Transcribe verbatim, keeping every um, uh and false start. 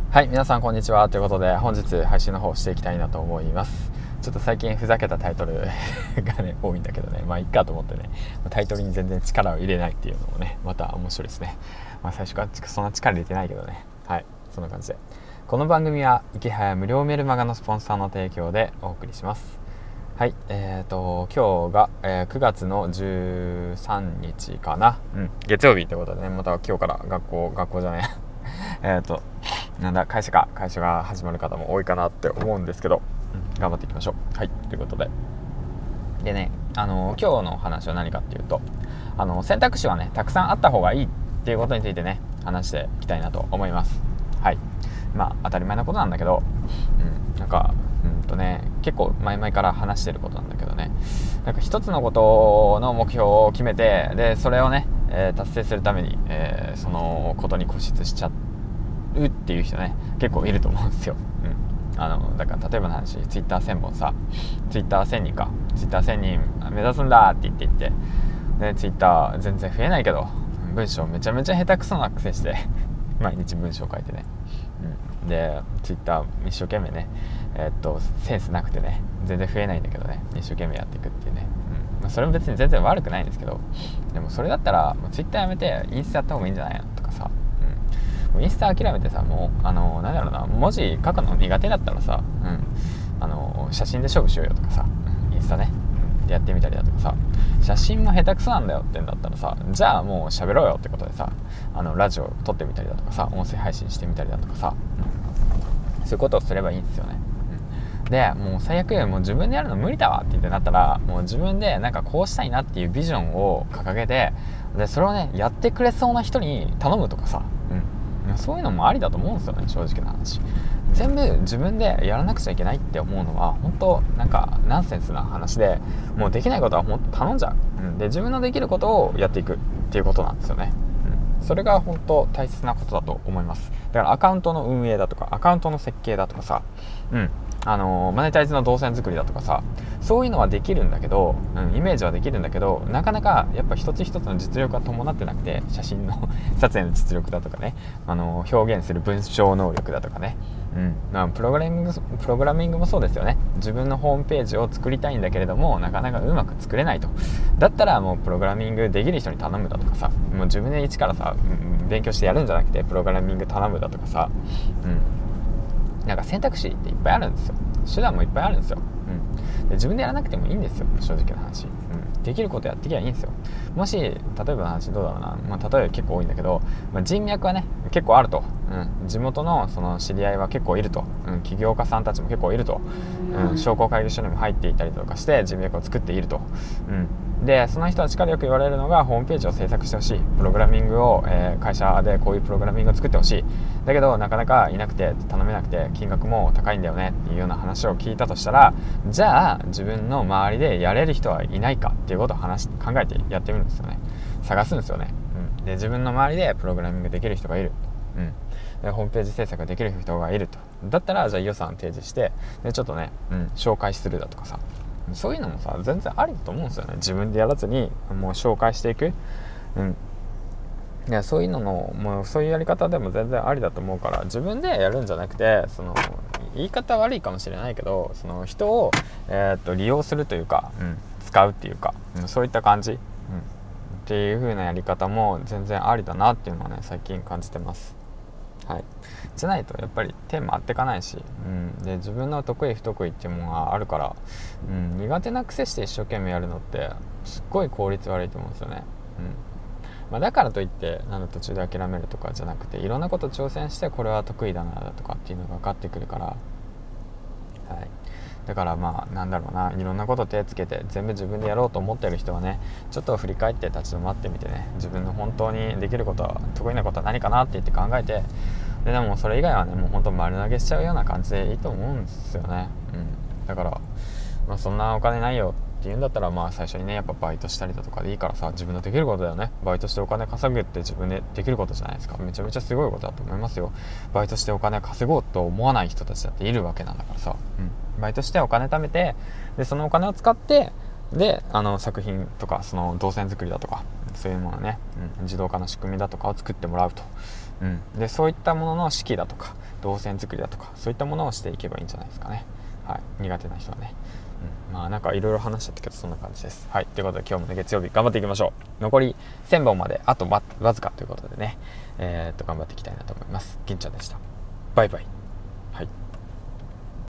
はい、皆さんこんにちはということで本日配信の方していきたいなと思います。ちょっと最近ふざけたタイトルがね多いんだけどね、まあいっかと思ってね、タイトルに全然力を入れないっていうのもねまた面白いですね。まあ最初からそんな力入れてないけどね。はい、そんな感じでこの番組は池早無料メルマガのスポンサーの提供でお送りします。はい、えーと今日が、えー、くがつのじゅうさんにちかな、うん、月曜日ということでね、また今日から学校学校じゃないえっとなんだ会社か会社が始まる方も多いかなって思うんですけど、うん、頑張っていきましょう。はい、ということででね、あの今日の話は何かっていうと、あの選択肢はねたくさんあった方がいいっていうことについてね話していきたいなと思います。はい、まあ当たり前なことなんだけど、うん、なんかうんとね結構前々から話してることなんだけどね、なんか一つのことの目標を決めて、でそれをね、えー、達成するために、えー、そのことに固執しちゃうっていう人ね結構いると思うんですよ。うん、あのだから例えばの話、ツイッターせんぼんさ、ツイッターせんにんか、ツイッターせんにん目指すんだって言って言ってでツイッター全然増えないけど文章めちゃめちゃ下手くそな癖して毎日文章書いてね、うん、でツイッター一生懸命ねえー、っとセンスなくてね全然増えないんだけどね一生懸命やっていくっていうね、うんまあ、それも別に全然悪くないんですけど、でもそれだったらもうツイッターやめてインスタやった方がいいんじゃないのとかさ、インスタ諦めてさ、もうあのなんだろうな、文字書くの苦手だったらさ、うん、あの写真で勝負しようよとかさ、インスタね、うん、でやってみたりだとかさ、写真も下手くそなんだよってんだったらさ、じゃあもう喋ろうよってことでさ、あのラジオ撮ってみたりだとかさ、音声配信してみたりだとかさ、うん、そういうことをすればいいんですよね。でもう最悪もう自分でやるの無理だわって言ってなったら、もう自分でなんかこうしたいなっていうビジョンを掲げて、でそれをねやってくれそうな人に頼むとかさ、うん、そういうのもありだと思うんですよね、正直な話。全部自分でやらなくちゃいけないって思うのは本当なんかナンセンスな話で、もうできないことはもう頼んじゃう、うん、で自分のできることをやっていくっていうことなんですよね。うん、それが本当大切なことだと思います。だからアカウントの運営だとかアカウントの設計だとかさ、うんあのマネタイズの動線作りだとかさ、そういうのはできるんだけど、うん、イメージはできるんだけど、なかなかやっぱ一つ一つの実力が伴ってなくて、写真の撮影の実力だとかね、あの表現する文章能力だとかね、うんまあ、プログラミングプログラミングもそうですよね。自分のホームページを作りたいんだけれどもなかなかうまく作れないと、だったらもうプログラミングできる人に頼むだとかさ、もう自分で一からさ、うん、勉強してやるんじゃなくてプログラミング頼むだとかさ、うんなんか選択肢っていっぱいあるんですよ。手段もいっぱいあるんですよ。うん、で自分でやらなくてもいいんですよ、正直な話。うん、できることやってきゃいいんですよ。もし例えばの話どうだろうな、まあ、例えば結構多いんだけど、まあ、人脈はね結構あると、うん、地元のその知り合いは結構いると、うん、起業家さんたちも結構いると、うん、商工会議所にも入っていたりとかして人脈を作っていると、うん、でその人たちからよく言われるのがホームページを制作してほしい、プログラミングを、えー、会社でこういうプログラミングを作ってほしい、だけどなかなかいなくて頼めなくて金額も高いんだよねっていうような話を聞いたとしたら、じゃあ自分の周りでやれる人はいないかっていうことを話し考えてやってみるんですよね。探すんですよね。うん、で自分の周りでプログラミングできる人がいる、うん、でホームページ制作できる人がいると、だったらじゃあ予算提示してでちょっとね、うん、紹介するだとかさ、そういうのもさ全然ありだと思うんですよね。自分でやらずにもう紹介していく、うん、いやそういうののもうそういうやり方でも全然ありだと思うから、自分でやるんじゃなくて、その言い方悪いかもしれないけど、その人を、えー、っと利用するというか、うん、使うっていうか、うん、そういった感じ、うん、っていう風なやり方も全然ありだなっていうのはね最近感じてます。はい、じゃないとやっぱり手回っていかないし、うん、で自分の得意不得意っていうものがあるから、うん、苦手な癖して一生懸命やるのってすっごい効率悪いと思うんですよね。うんまあ、だからといってなんだ途中で諦めるとかじゃなくて、いろんなこと挑戦してこれは得意だなだとかっていうのが分かってくるから、はい、だからまあなんだろうな、いろんなこと手つけて全部自分でやろうと思ってる人はね、ちょっと振り返って立ち止まってみてね、自分の本当にできることは得意なことは何かなって言って考えて、ででもそれ以外はねもう本当丸投げしちゃうような感じでいいと思うんですよね。うん、だから、まあ、そんなお金ないよって言うんだったら、まあ最初にねやっぱバイトしたりだとかでいいからさ、自分のできることだよね。バイトしてお金稼ぐって自分でできることじゃないですか。めちゃめちゃすごいことだと思いますよ。バイトしてお金稼ごうと思わない人たちだっているわけなんだからさ、うん、バイトしてお金貯めて、でそのお金を使ってであの作品とかその動線作りだとかそういうものね、うん、自動化の仕組みだとかを作ってもらうと、うん、でそういったものの指揮だとか動線作りだとかそういったものをしていけばいいんじゃないですかね。はい、苦手な人はね、うん、まあなんかいろいろ話しちゃったけどそんな感じです。はい、ということで今日もね月曜日頑張っていきましょう。残りせんぼんまであとわずかということでね、えー、っと頑張っていきたいなと思います。銀ちゃんでした。バイバイ。はい。